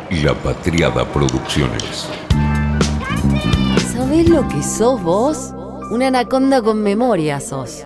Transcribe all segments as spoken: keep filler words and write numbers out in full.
La Patriada Producciones. ¿Sabés lo que sos vos? Una anaconda con memoria sos.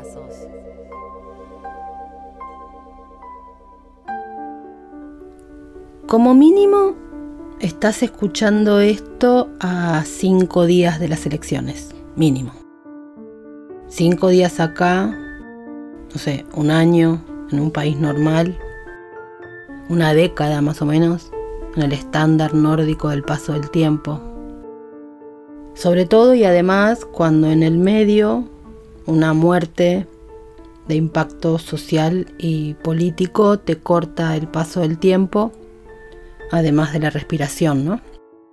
Como mínimo, estás escuchando esto a cinco días de las elecciones. Mínimo. Cinco días acá, no sé, un año en un país normal, una década más o menos, en el estándar nórdico del paso del tiempo. Sobre todo y además cuando en el medio una muerte de impacto social y político te corta el paso del tiempo, además de la respiración, ¿no?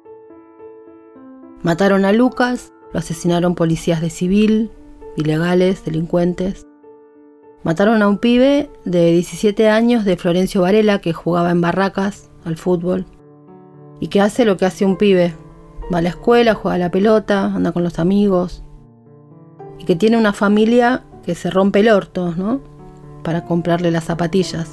Mataron a Lucas, lo asesinaron policías de civil, ilegales, delincuentes. Mataron a un pibe de diecisiete años de Florencio Varela que jugaba en Barracas al fútbol y que hace lo que hace un pibe. Va a la escuela, juega a la pelota, anda con los amigos y que tiene una familia que se rompe el orto, ¿no? Para comprarle las zapatillas.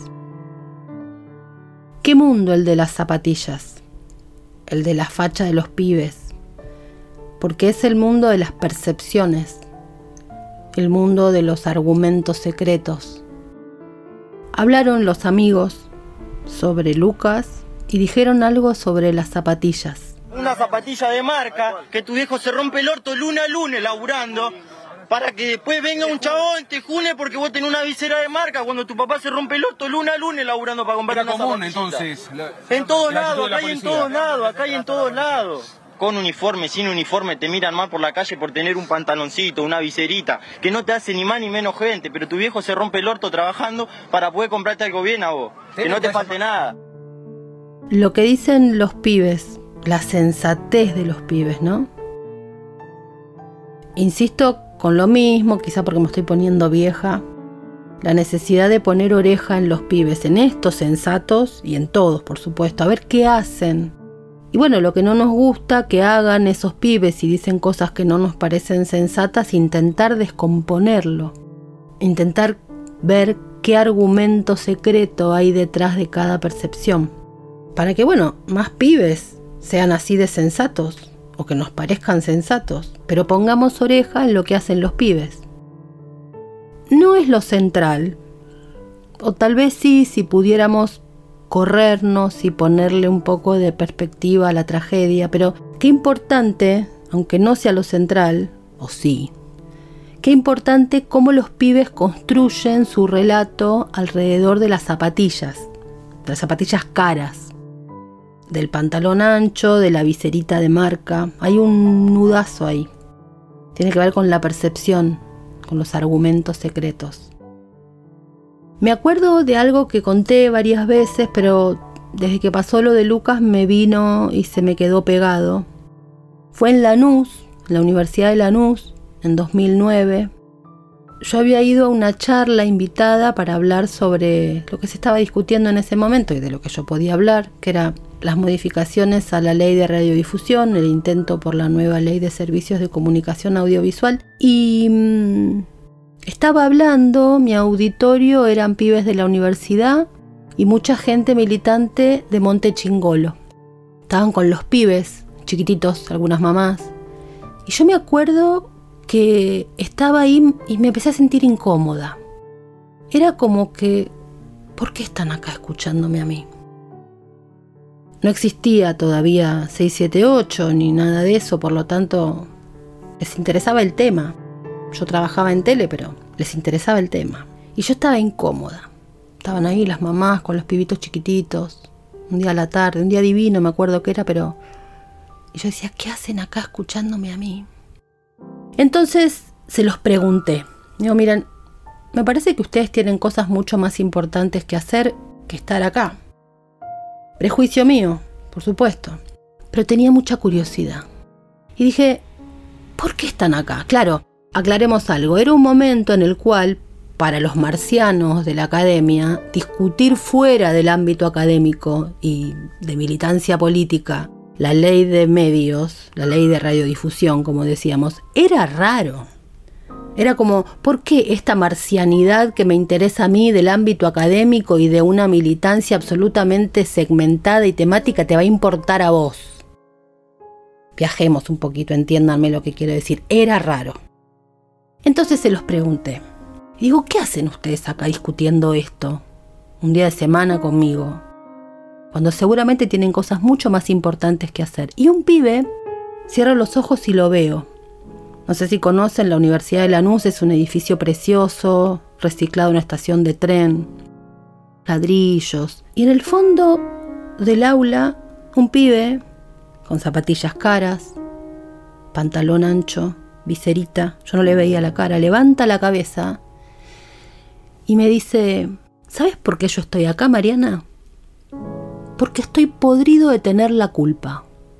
¿Qué mundo el de las zapatillas? El de la facha de los pibes. Porque es el mundo de las percepciones. El mundo de los argumentos secretos. Hablaron los amigos sobre Lucas y dijeron algo sobre las zapatillas. Una zapatilla de marca que tu viejo se rompe el orto lunes a lunes laburando para que después venga un chabón, te june porque vos tenés una visera de marca cuando tu papá se rompe el orto lunes a lunes laburando para comprar una común, zapatillita. Entonces, la, en todos la lados, acá hay en todos lados, acá hay en todos lados. Con uniforme, sin uniforme, te miran mal por la calle por tener un pantaloncito, una viserita, que no te hace ni más ni menos gente, pero tu viejo se rompe el orto trabajando para poder comprarte algo bien a vos, que no te falte nada. Lo que dicen los pibes, la sensatez de los pibes, ¿no? Insisto con lo mismo, quizá porque me estoy poniendo vieja, la necesidad de poner oreja en los pibes, en estos sensatos y en todos, por supuesto, a ver qué hacen. Y bueno, lo que no nos gusta que hagan esos pibes y dicen cosas que no nos parecen sensatas, intentar descomponerlo, intentar ver qué argumento secreto hay detrás de cada percepción, para que, bueno, más pibes sean así de sensatos, o que nos parezcan sensatos, pero pongamos oreja en lo que hacen los pibes. No es lo central, o tal vez sí, si pudiéramos corrernos y ponerle un poco de perspectiva a la tragedia, pero qué importante, aunque no sea lo central, o sí, qué importante cómo los pibes construyen su relato alrededor de las zapatillas, de las zapatillas caras, del pantalón ancho, de la viserita de marca. Hay un nudazo ahí. Tiene que ver con la percepción, con los argumentos secretos. Me acuerdo de algo que conté varias veces, pero desde que pasó lo de Lucas me vino y se me quedó pegado. Fue en Lanús, en la Universidad de Lanús, en dos mil nueve. Yo había ido a una charla invitada para hablar sobre lo que se estaba discutiendo en ese momento y de lo que yo podía hablar, que era las modificaciones a la ley de radiodifusión, el intento por la nueva ley de servicios de comunicación audiovisual. Y mmm, estaba hablando, mi auditorio eran pibes de la universidad y mucha gente militante de Monte Chingolo. Estaban con los pibes, chiquititos, algunas mamás. Y yo me acuerdo que estaba ahí y me empecé a sentir incómoda. Era como que, ¿por qué están acá escuchándome a mí? No existía todavía seis siete ocho ni nada de eso, por lo tanto les interesaba el tema. Yo trabajaba en tele, pero les interesaba el tema. Y yo estaba incómoda. Estaban ahí las mamás con los pibitos chiquititos, un día a la tarde, un día divino, me acuerdo que era, pero... Y yo decía, ¿qué hacen acá escuchándome a mí? Entonces se los pregunté. Digo, miren, me parece que ustedes tienen cosas mucho más importantes que hacer que estar acá. Prejuicio mío, por supuesto, pero tenía mucha curiosidad. Y dije, ¿por qué están acá? Claro, aclaremos algo. Era un momento en el cual, para los marcianos de la academia, discutir fuera del ámbito académico y de militancia política la ley de medios, la ley de radiodifusión, como decíamos, era raro. Era como, ¿por qué esta marcianidad que me interesa a mí del ámbito académico y de una militancia absolutamente segmentada y temática te va a importar a vos? Viajemos un poquito, entiéndanme lo que quiero decir. Era raro. Entonces se los pregunté. Y digo, ¿qué hacen ustedes acá discutiendo esto? Un día de semana conmigo. Cuando seguramente tienen cosas mucho más importantes que hacer. Y un pibe, cierro los ojos y lo veo. No sé si conocen, la Universidad de Lanús es un edificio precioso, reciclado en una estación de tren, ladrillos. Y en el fondo del aula, un pibe con zapatillas caras, pantalón ancho, viserita, yo no le veía la cara, levanta la cabeza y me dice, ¿sabes por qué yo estoy acá, Mariana? Porque estoy podrido de tener la culpa.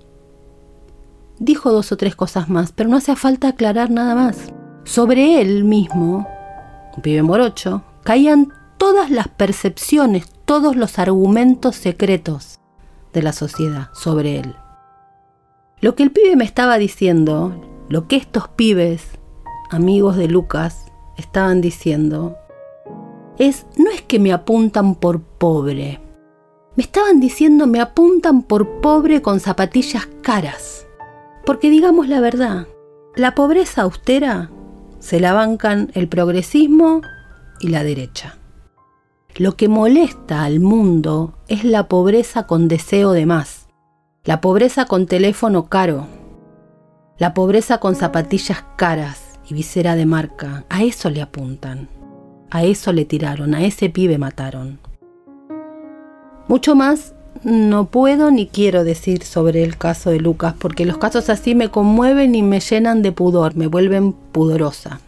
Dijo dos o tres cosas más, pero no hacía falta aclarar nada más. Sobre él mismo, un pibe morocho, caían todas las percepciones, todos los argumentos secretos de la sociedad sobre él. Lo que el pibe me estaba diciendo, lo que estos pibes, amigos de Lucas, estaban diciendo, es, no es que me apuntan por pobre. Me estaban diciendo, me apuntan por pobre con zapatillas caras. Porque digamos la verdad, la pobreza austera se la bancan el progresismo y la derecha. Lo que molesta al mundo es la pobreza con deseo de más, la pobreza con teléfono caro, la pobreza con zapatillas caras y visera de marca. A eso le apuntan, a eso le tiraron, a ese pibe mataron. Mucho más no puedo ni quiero decir sobre el caso de Lucas, porque los casos así me conmueven y me llenan de pudor, me vuelven pudorosa.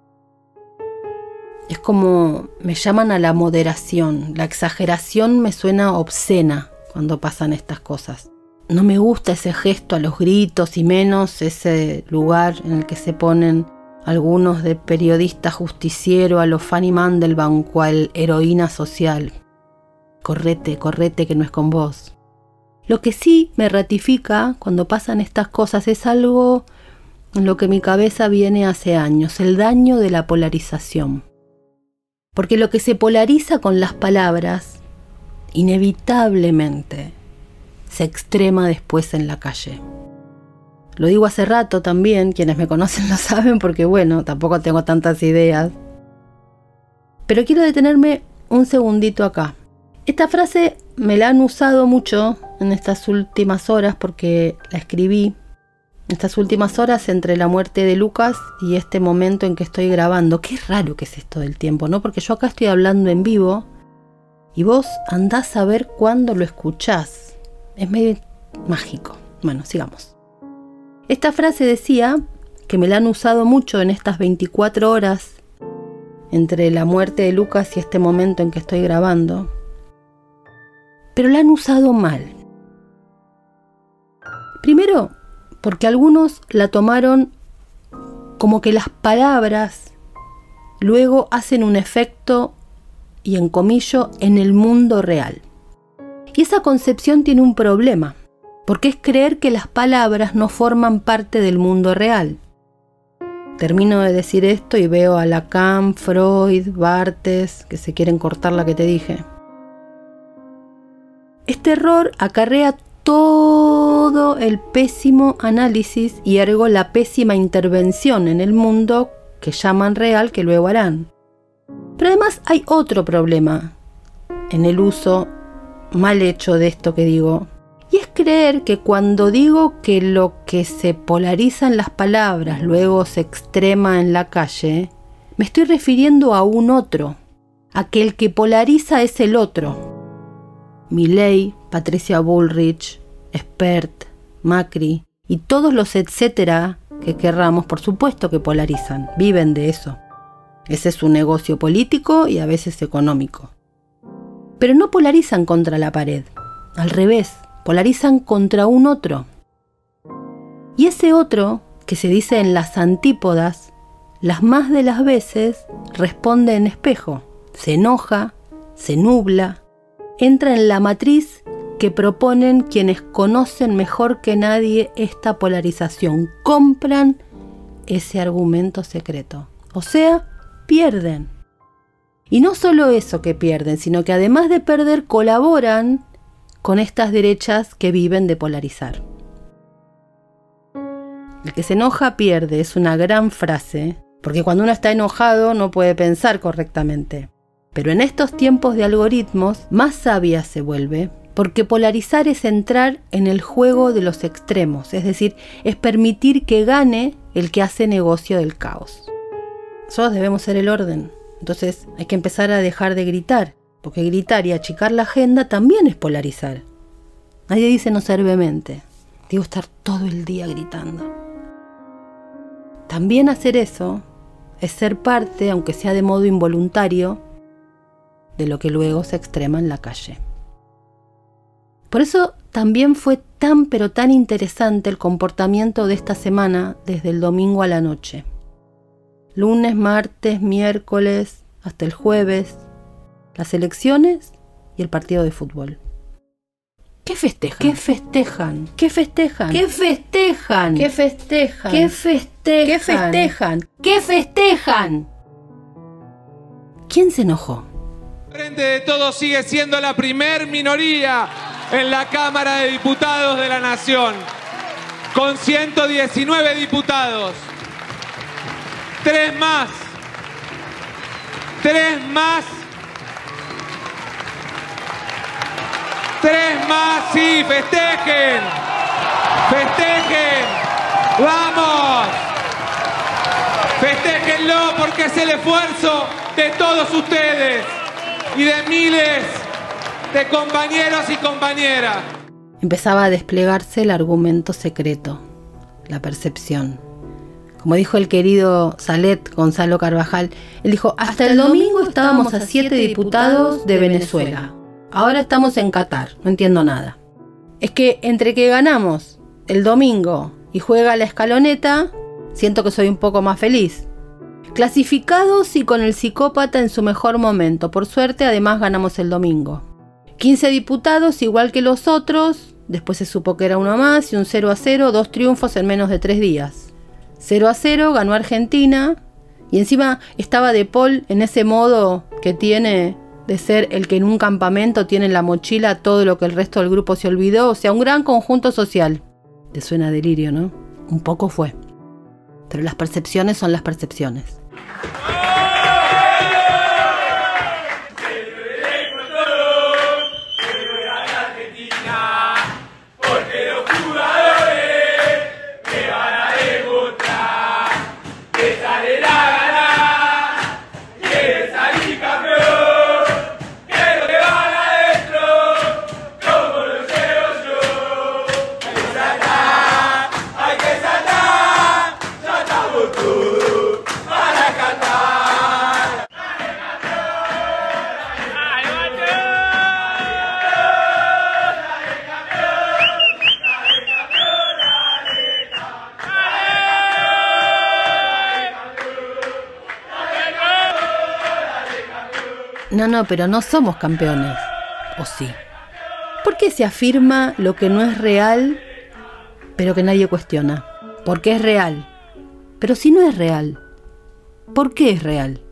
Es como me llaman a la moderación, la exageración me suena obscena cuando pasan estas cosas. No me gusta ese gesto a los gritos y menos ese lugar en el que se ponen algunos de periodista justiciero a los Fanny Mandelbaum cual heroína social. Correte, correte que no es con vos. Lo que sí me ratifica cuando pasan estas cosas es algo en lo que mi cabeza viene hace años, el daño de la polarización. Porque lo que se polariza con las palabras, inevitablemente, se extrema después en la calle. Lo digo hace rato también, quienes me conocen lo saben porque bueno, tampoco tengo tantas ideas. Pero quiero detenerme un segundito acá. Esta frase me la han usado mucho en estas últimas horas porque la escribí. Estas últimas horas entre la muerte de Lucas y este momento en que estoy grabando. Qué raro que es esto del tiempo, ¿no? Porque yo acá estoy hablando en vivo y vos andás a ver cuándo lo escuchás. Es medio mágico. Bueno, sigamos. Esta frase decía que me la han usado mucho en estas veinticuatro horas entre la muerte de Lucas y este momento en que estoy grabando. Pero la han usado mal. Primero, porque algunos la tomaron como que las palabras luego hacen un efecto, y en comillo, en el mundo real. Y esa concepción tiene un problema, porque es creer que las palabras no forman parte del mundo real. Termino de decir esto y veo a Lacan, Freud, Barthes, que se quieren cortar la que te dije. Este error acarrea todo el pésimo análisis y ergo la pésima intervención en el mundo que llaman real que luego harán. Pero además hay otro problema en el uso mal hecho de esto que digo, y es creer que cuando digo que lo que se polariza en las palabras luego se extrema en la calle, me estoy refiriendo a un otro, a que el que polariza es el otro. Milei, Patricia Bullrich, Spert, Macri y todos los etcétera que querramos, por supuesto que polarizan, viven de eso. Ese es su negocio político y a veces económico. Pero no polarizan contra la pared, al revés, polarizan contra un otro. Y ese otro, que se dice en las antípodas, las más de las veces responde en espejo, se enoja, se nubla, entra en la matriz que proponen quienes conocen mejor que nadie esta polarización, compran ese argumento secreto. O sea, pierden. Y no solo eso que pierden, sino que además de perder, colaboran con estas derechas que viven de polarizar. El que se enoja pierde, es una gran frase, porque cuando uno está enojado no puede pensar correctamente. Pero en estos tiempos de algoritmos, más sabia se vuelve, porque polarizar es entrar en el juego de los extremos, es decir, es permitir que gane el que hace negocio del caos. Nosotros debemos ser el orden. Entonces hay que empezar a dejar de gritar, porque gritar y achicar la agenda también es polarizar. Nadie dice no ser vehemente, digo estar todo el día gritando. También hacer eso es ser parte, aunque sea de modo involuntario, de lo que luego se extrema en la calle. Por eso también fue tan pero tan interesante el comportamiento de esta semana desde el domingo a la noche. Lunes, martes, miércoles, hasta el jueves, las elecciones y el partido de fútbol. ¿Qué festejan? ¿Qué festejan? ¿Qué festejan? ¿Qué festejan? ¿Qué festejan? ¿Qué festejan? ¿Qué festejan? ¿Qué festejan? ¿Quién se enojó? Frente de Todos sigue siendo la primer minoría en la Cámara de Diputados de la Nación, con ciento diecinueve diputados. Tres más. Tres más. Tres más, sí, festejen. Festejen. ¡Vamos! Festéjenlo porque es el esfuerzo de todos ustedes y de miles de compañeros y compañeras. Empezaba a desplegarse el argumento secreto, la percepción. Como dijo el querido Salet Gonzalo Carvajal, él dijo, hasta, hasta el domingo estábamos a siete diputados de Venezuela. Ahora estamos en Qatar, no entiendo nada. Es que entre que ganamos el domingo y juega la escaloneta, siento que soy un poco más feliz. Clasificados y con el psicópata en su mejor momento. Por suerte, además ganamos el domingo. quince diputados, igual que los otros. Después se supo que era uno más y un cero a cero, dos triunfos en menos de tres días. cero a cero, ganó Argentina. Y encima estaba De Paul en ese modo que tiene de ser el que en un campamento tiene en la mochila todo lo que el resto del grupo se olvidó. O sea, un gran conjunto social. Te suena delirio, ¿no? Un poco fue. Pero las percepciones son las percepciones. No, no, pero no somos campeones. ¿O sí? ¿Por qué se afirma lo que no es real, pero que nadie cuestiona? Porque es real. Pero si no es real, ¿por qué es real?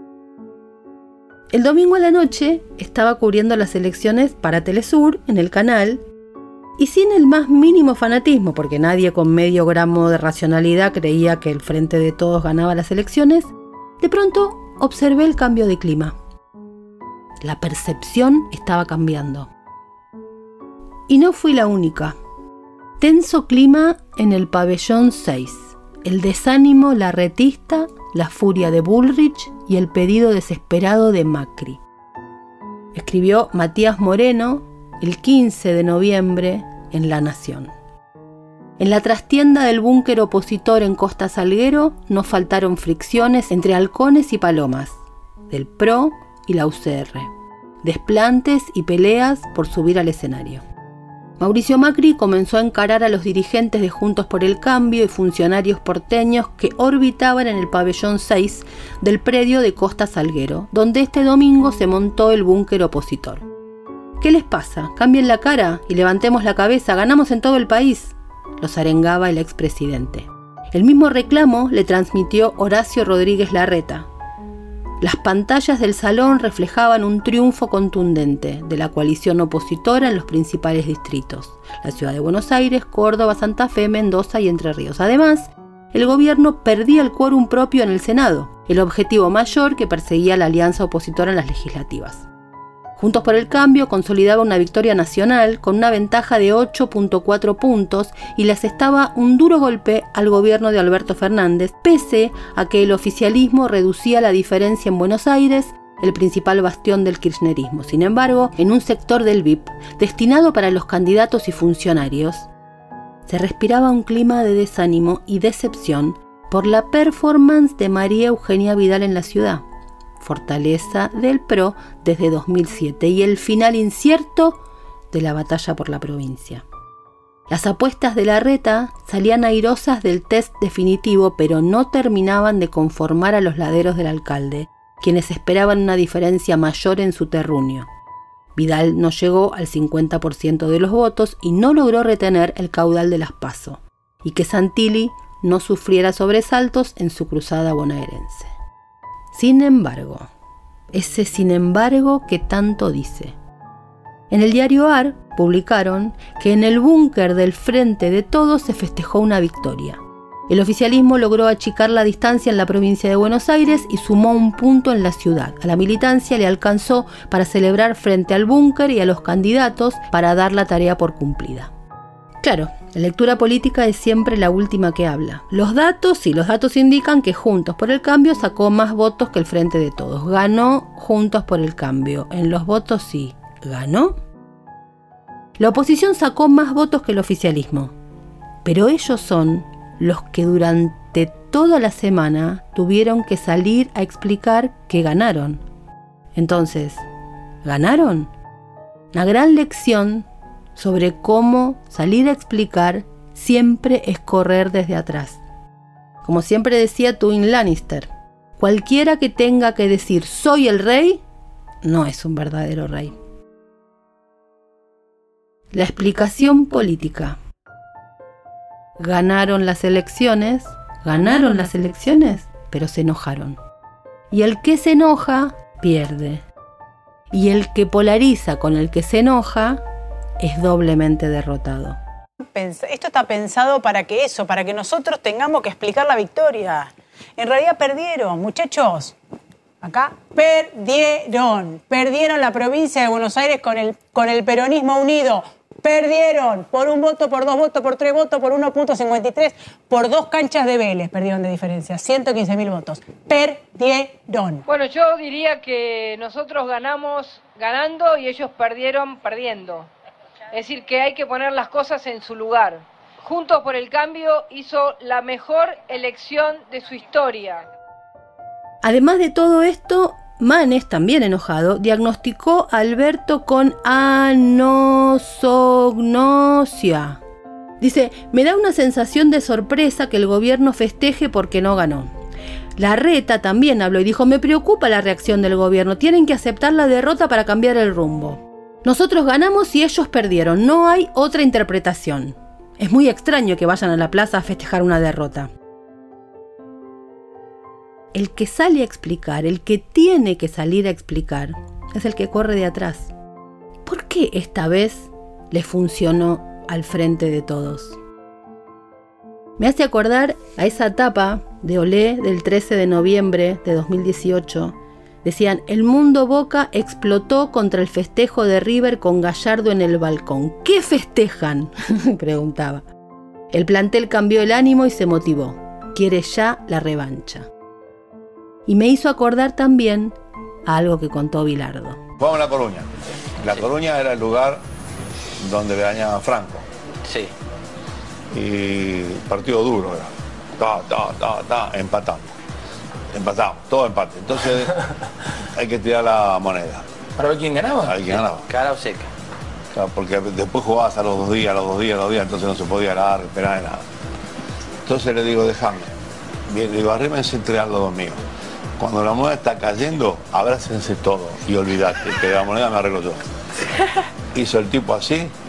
El domingo a la noche estaba cubriendo las elecciones para Telesur en el canal y sin el más mínimo fanatismo, porque nadie con medio gramo de racionalidad creía que el Frente de Todos ganaba las elecciones, de pronto observé el cambio de clima. La percepción estaba cambiando. Y no fui la única. Tenso clima en el pabellón seis. El desánimo larretista, la furia de Bullrich y el pedido desesperado de Macri. Escribió Matías Moreno el quince de noviembre en La Nación. En la trastienda del búnker opositor en Costa Salguero no faltaron fricciones entre halcones y palomas, del P R O y la U C R, desplantes y peleas por subir al escenario. Mauricio Macri comenzó a encarar a los dirigentes de Juntos por el Cambio y funcionarios porteños que orbitaban en el pabellón seis del predio de Costa Salguero, donde este domingo se montó el búnker opositor. ¿Qué les pasa? Cambien la cara y levantemos la cabeza, ganamos en todo el país, los arengaba el expresidente. El mismo reclamo le transmitió Horacio Rodríguez Larreta. Las pantallas del salón reflejaban un triunfo contundente de la coalición opositora en los principales distritos: la ciudad de Buenos Aires, Córdoba, Santa Fe, Mendoza y Entre Ríos. Además, el gobierno perdía el quórum propio en el Senado, el objetivo mayor que perseguía la alianza opositora en las legislativas. Juntos por el Cambio consolidaba una victoria nacional con una ventaja de ocho punto cuatro puntos y le asestaba un duro golpe al gobierno de Alberto Fernández, pese a que el oficialismo reducía la diferencia en Buenos Aires, el principal bastión del kirchnerismo. Sin embargo, en un sector del V I P, destinado para los candidatos y funcionarios, se respiraba un clima de desánimo y decepción por la performance de María Eugenia Vidal en la ciudad, fortaleza del P R O desde dos mil siete, y el final incierto de la batalla por la provincia. Las apuestas de Larreta salían airosas del test definitivo, pero no terminaban de conformar a los laderos del alcalde, quienes esperaban una diferencia mayor en su terruño. Vidal no llegó al cincuenta por ciento de los votos y no logró retener el caudal de las PASO, y que Santilli no sufriera sobresaltos en su cruzada bonaerense. Sin embargo, ese sin embargo que tanto dice. En el diario A R publicaron que en el búnker del Frente de Todos se festejó una victoria. El oficialismo logró achicar la distancia en la provincia de Buenos Aires y sumó un punto en la ciudad. A la militancia le alcanzó para celebrar frente al búnker y a los candidatos para dar la tarea por cumplida. Claro, la lectura política es siempre la última que habla. Los datos, sí, los datos indican que Juntos por el Cambio sacó más votos que el Frente de Todos. Ganó Juntos por el Cambio. En los votos sí. ¿Ganó? La oposición sacó más votos que el oficialismo. Pero ellos son los que durante toda la semana tuvieron que salir a explicar que ganaron. Entonces, ¿ganaron? Una gran lección sobre cómo salir a explicar siempre es correr desde atrás. Como siempre decía Tywin Lannister, cualquiera que tenga que decir soy el rey, no es un verdadero rey. La explicación política. Ganaron las elecciones, ganaron las elecciones, pero se enojaron. Y el que se enoja, pierde. Y el que polariza con el que se enoja, es doblemente derrotado. Esto está pensado para que eso, para que nosotros tengamos que explicar la victoria. En realidad perdieron, muchachos. Acá perdieron. Perdieron la provincia de Buenos Aires con el, con el peronismo unido. Perdieron por un voto, por dos votos, por tres votos, por uno punto cincuenta y tres, por dos canchas de Vélez perdieron de diferencia, ciento quince mil votos. Perdieron. Bueno, yo diría que nosotros ganamos ganando y ellos perdieron perdiendo. Es decir, que hay que poner las cosas en su lugar. Juntos por el Cambio hizo la mejor elección de su historia. Además de todo esto, Manes, también enojado, diagnosticó a Alberto con anosognosia. Dice, me da una sensación de sorpresa que el gobierno festeje porque no ganó. Larreta también habló y dijo, me preocupa la reacción del gobierno, tienen que aceptar la derrota para cambiar el rumbo. Nosotros ganamos y ellos perdieron, no hay otra interpretación. Es muy extraño que vayan a la plaza a festejar una derrota. El que sale a explicar, el que tiene que salir a explicar, es el que corre de atrás. ¿Por qué esta vez le funcionó al Frente de Todos? Me hace acordar a esa tapa de Olé del trece de noviembre de dos mil dieciocho. Decían, el mundo Boca explotó contra el festejo de River con Gallardo en el balcón. ¿Qué festejan? Preguntaba. El plantel cambió el ánimo y se motivó. Quiere ya la revancha. Y me hizo acordar también a algo que contó Bilardo. Vamos a La Coruña. La Coruña era el lugar donde veraneaba Franco. Sí. Y partido duro era. Ta, ta, ta, ta, empatamos. Empatamos, todo empate. Entonces hay que tirar la moneda. ¿Para ver quién ganaba? A ver quién ganaba. Cara o seca. Claro, porque después jugabas a los dos días, a los dos días, a los dos días, entonces no se podía dar, esperar de nada. Entonces le digo, déjame. Bien, le digo, arrímense entre los dos míos. Cuando la moneda está cayendo, abrácense todos y olvídate, que la moneda me arreglo yo. Hizo el tipo así,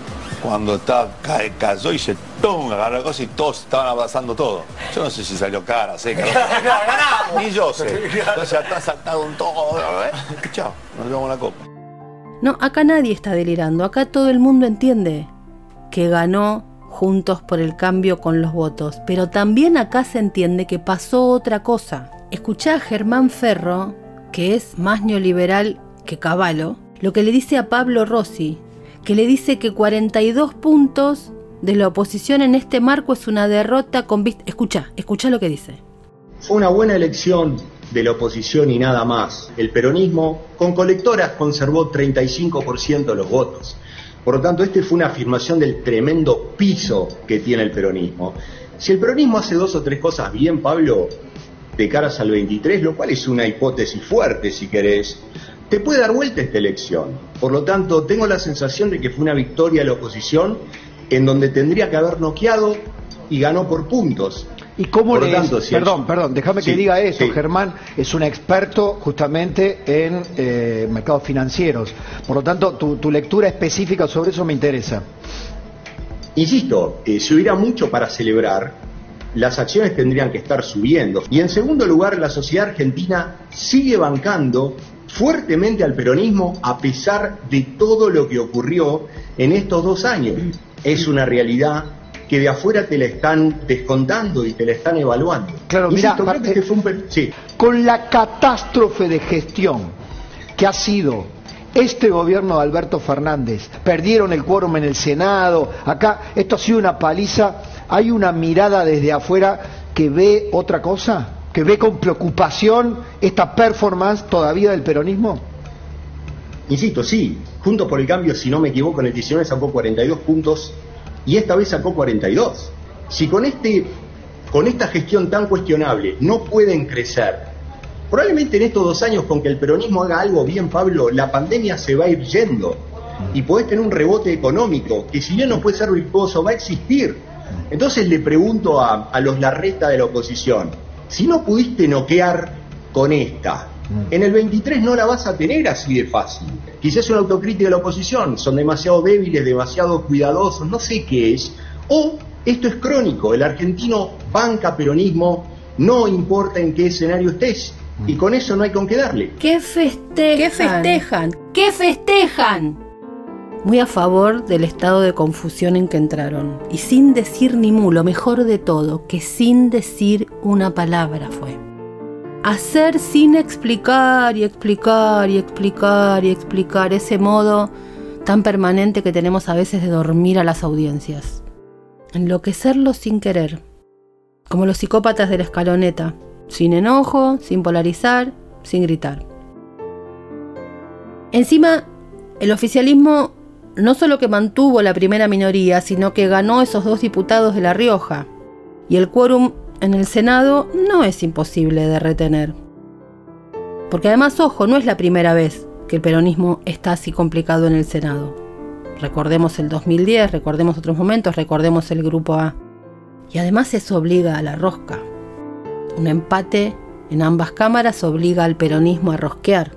cuando está, cae, cayó y se ¡tum! Agarró la cosa y todos estaban abrazando todo. Yo no sé si salió cara, seca. No, ni yo sé. Entonces ya está saltado un todo. ¿eh? Chao, nos llevamos la copa. No, acá nadie está delirando. Acá todo el mundo entiende que ganó Juntos por el Cambio con los votos. Pero también acá se entiende que pasó otra cosa. Escuchá a Germán Ferro, que es más neoliberal que Cavallo, lo que le dice a Pablo Rossi, que le dice que cuarenta y dos puntos de la oposición en este marco es una derrota con vista... Escuchá, escuchá lo que dice. Fue una buena elección de la oposición y nada más. El peronismo, con colectoras, conservó treinta y cinco por ciento de los votos. Por lo tanto, este fue una afirmación del tremendo piso que tiene el peronismo. Si el peronismo hace dos o tres cosas bien, Pablo, de caras al veintitrés, lo cual es una hipótesis fuerte, si querés, te puede dar vuelta esta elección. Por lo tanto, tengo la sensación de que fue una victoria de la oposición en donde tendría que haber noqueado y ganó por puntos. ¿Y cómo por le tanto, es? si Perdón, el... perdón, déjame que sí, diga eso. sí. Germán es un experto justamente en eh, mercados financieros. Por lo tanto, tu, tu lectura específica sobre eso me interesa. Insisto, eh, si hubiera mucho para celebrar, las acciones tendrían que estar subiendo. Y en segundo lugar, la sociedad argentina sigue bancando fuertemente al peronismo a pesar de todo lo que ocurrió en estos dos años. Es una realidad que de afuera te la están descontando y te la están evaluando. Claro, Insisto, mira, creo que este fue un per... sí. Con la catástrofe de gestión que ha sido este gobierno de Alberto Fernández, perdieron el quórum en el Senado, acá esto ha sido una paliza, ¿hay una mirada desde afuera que ve otra cosa? ¿Que ve con preocupación esta performance todavía del peronismo? Insisto, sí, Juntos por el Cambio, si no me equivoco, en el diecinueve sacó cuarenta y dos puntos y esta vez sacó cuarenta y dos. Si con, este, con esta gestión tan cuestionable no pueden crecer, probablemente en estos dos años con que el peronismo haga algo bien, Pablo, la pandemia se va a ir yendo y podés tener un rebote económico que si bien no puede ser virtuoso, va a existir. Entonces le pregunto a, a los Larreta de la oposición, si no pudiste noquear con esta, en el veintitrés no la vas a tener así de fácil. Quizás una autocrítica de la oposición, son demasiado débiles, demasiado cuidadosos, no sé qué es. O esto es crónico, el argentino banca peronismo, no importa en qué escenario estés. Y con eso no hay con qué darle. ¿Qué festejan? ¿Qué festejan? ¿Qué festejan? Muy a favor del estado de confusión en que entraron. Y sin decir ni mu, lo mejor de todo, que sin decir una palabra fue. Hacer sin explicar y explicar y explicar y explicar, ese modo tan permanente que tenemos a veces de dormir a las audiencias. Enloquecerlos sin querer, como los psicópatas de la escaloneta, sin enojo, sin polarizar, sin gritar. Encima, el oficialismo no solo que mantuvo la primera minoría, sino que ganó esos dos diputados de La Rioja, y el quórum en el Senado no es imposible de retener. Porque además, ojo, no es la primera vez que el peronismo está así complicado en el Senado. Recordemos el dos mil diez, recordemos otros momentos, recordemos el Grupo A. Y además eso obliga a la rosca. Un empate en ambas cámaras obliga al peronismo a rosquear.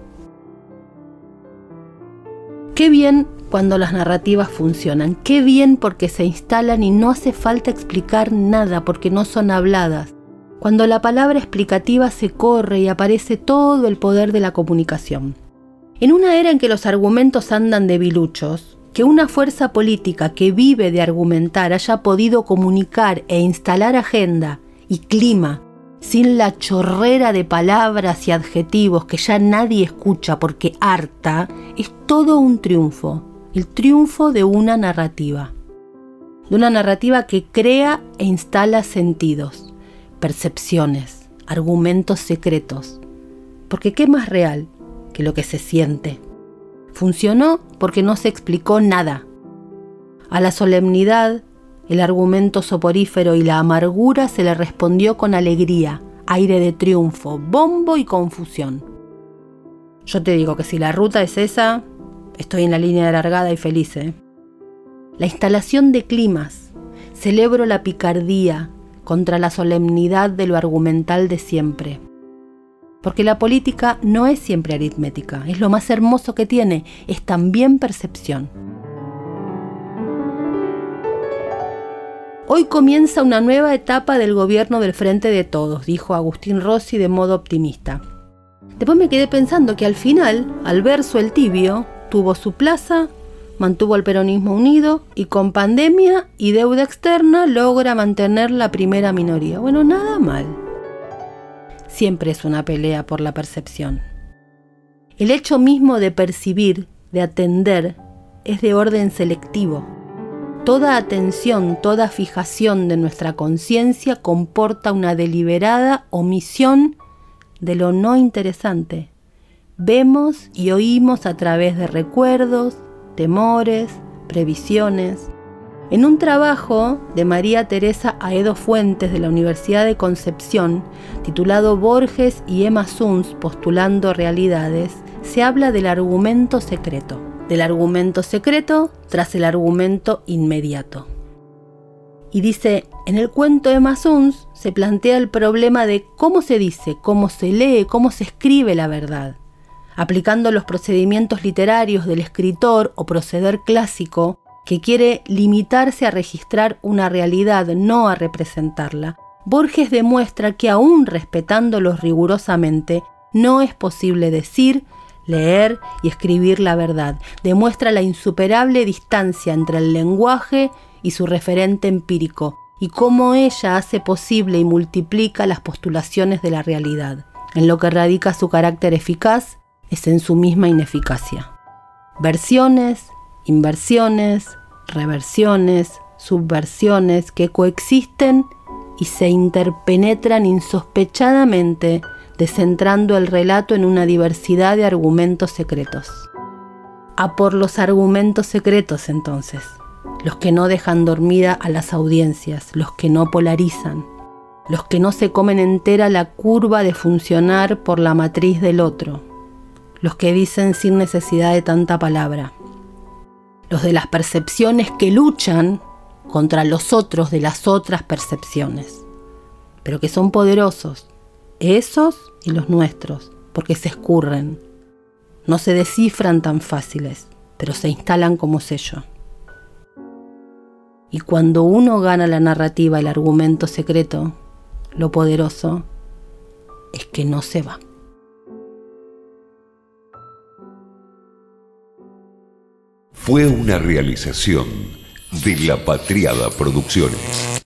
Qué bien cuando las narrativas funcionan, qué bien porque se instalan y no hace falta explicar nada porque no son habladas. Cuando la palabra explicativa se corre y aparece todo el poder de la comunicación. En una era en que los argumentos andan debiluchos, que una fuerza política que vive de argumentar haya podido comunicar e instalar agenda y clima sin la chorrera de palabras y adjetivos que ya nadie escucha porque harta, es todo un triunfo. El triunfo de una narrativa. De una narrativa que crea e instala sentidos, percepciones, argumentos secretos. Porque ¿qué más real que lo que se siente? Funcionó porque no se explicó nada. A la solemnidad, el argumento soporífero y la amargura se le respondió con alegría, aire de triunfo, bombo y confusión. Yo te digo que si la ruta es esa, estoy en la línea de largada y feliz, ¿eh? La instalación de climas. Celebro la picardía contra la solemnidad de lo argumental de siempre. Porque la política no es siempre aritmética, es lo más hermoso que tiene, es también percepción. Hoy comienza una nueva etapa del gobierno del Frente de Todos, dijo Agustín Rossi de modo optimista. Después me quedé pensando que al final, Alberto el Tibio tuvo su plaza, mantuvo al peronismo unido y con pandemia y deuda externa logra mantener la primera minoría. Bueno, nada mal. Siempre es una pelea por la percepción. El hecho mismo de percibir, de atender, es de orden selectivo. Toda atención, toda fijación de nuestra conciencia comporta una deliberada omisión de lo no interesante. Vemos y oímos a través de recuerdos, temores, previsiones. En un trabajo de María Teresa Aedo Fuentes de la Universidad de Concepción, titulado Borges y Emma Suns postulando realidades, se habla del argumento secreto. Del argumento secreto tras el argumento inmediato. Y dice, en el cuento Emma Suns se plantea el problema de cómo se dice, cómo se lee, cómo se escribe la verdad. Aplicando los procedimientos literarios del escritor o proceder clásico que quiere limitarse a registrar una realidad, no a representarla, Borges demuestra que aún respetándolos rigurosamente, no es posible decir, leer y escribir la verdad. Demuestra la insuperable distancia entre el lenguaje y su referente empírico, y cómo ella hace posible y multiplica las postulaciones de la realidad. En lo que radica su carácter eficaz es en su misma ineficacia. Versiones, inversiones, reversiones, subversiones que coexisten y se interpenetran insospechadamente, descentrando el relato en una diversidad de argumentos secretos. A por los argumentos secretos, entonces, los que no dejan dormida a las audiencias, los que no polarizan, los que no se comen entera la curva de funcionar por la matriz del otro, los que dicen sin necesidad de tanta palabra, los de las percepciones que luchan contra los otros de las otras percepciones, pero que son poderosos, esos y los nuestros, porque se escurren, no se descifran tan fáciles, pero se instalan como sello. Y cuando uno gana la narrativa, el argumento secreto, lo poderoso es que no se va. Fue una realización de La Patriada Producciones.